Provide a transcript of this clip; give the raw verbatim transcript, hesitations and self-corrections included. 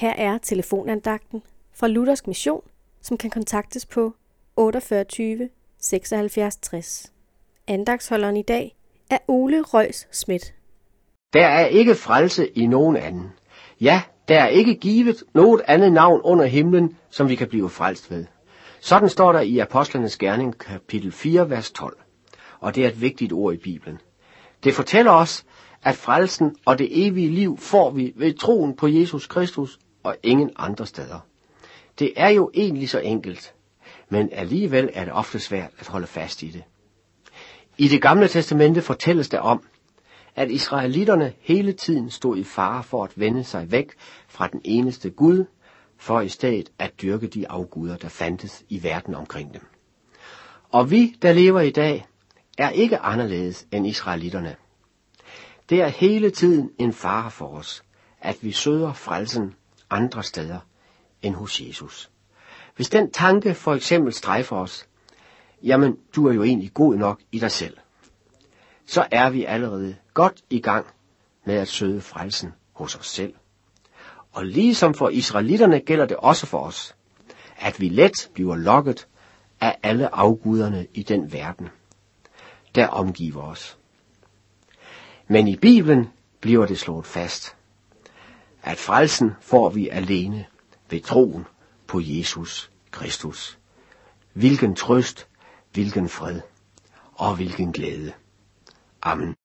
Her er telefonandagten fra Luthersk Mission, som kan kontaktes på otteogfyrre tyve seksoghalvfjerds tres. Andagtsholderen i dag er Ole Røys Schmidt. Der er ikke frelse i nogen anden. Ja, der er ikke givet noget andet navn under himlen, som vi kan blive frelst ved. Sådan står der i Apostlenes Gerning, kapitel fire, vers tolv. Og det er et vigtigt ord i Bibelen. Det fortæller os, at frelsen og det evige liv får vi ved troen på Jesus Kristus og ingen andre steder. Det er jo egentlig så enkelt, men alligevel er det ofte svært at holde fast i det. I det gamle testamente fortælles der om, at israelitterne hele tiden stod i fare for at vende sig væk fra den eneste Gud, for i stedet at dyrke de afguder, der fandtes i verden omkring dem. Og vi, der lever i dag, er ikke anderledes end israelitterne. Det er hele tiden en fare for os, at vi søger frelsen andre steder end hos Jesus. Hvis den tanke for eksempel strejfer os, jamen du er jo egentlig god nok i dig selv, så er vi allerede godt i gang med at søge frelsen hos os selv. Og ligesom for israelitterne gælder det også for os, at vi let bliver lokket af alle afguderne i den verden, der omgiver os. Men i Bibelen bliver det slået fast, at frelsen får vi alene ved troen på Jesus Kristus. Hvilken trøst, hvilken fred og hvilken glæde. Amen.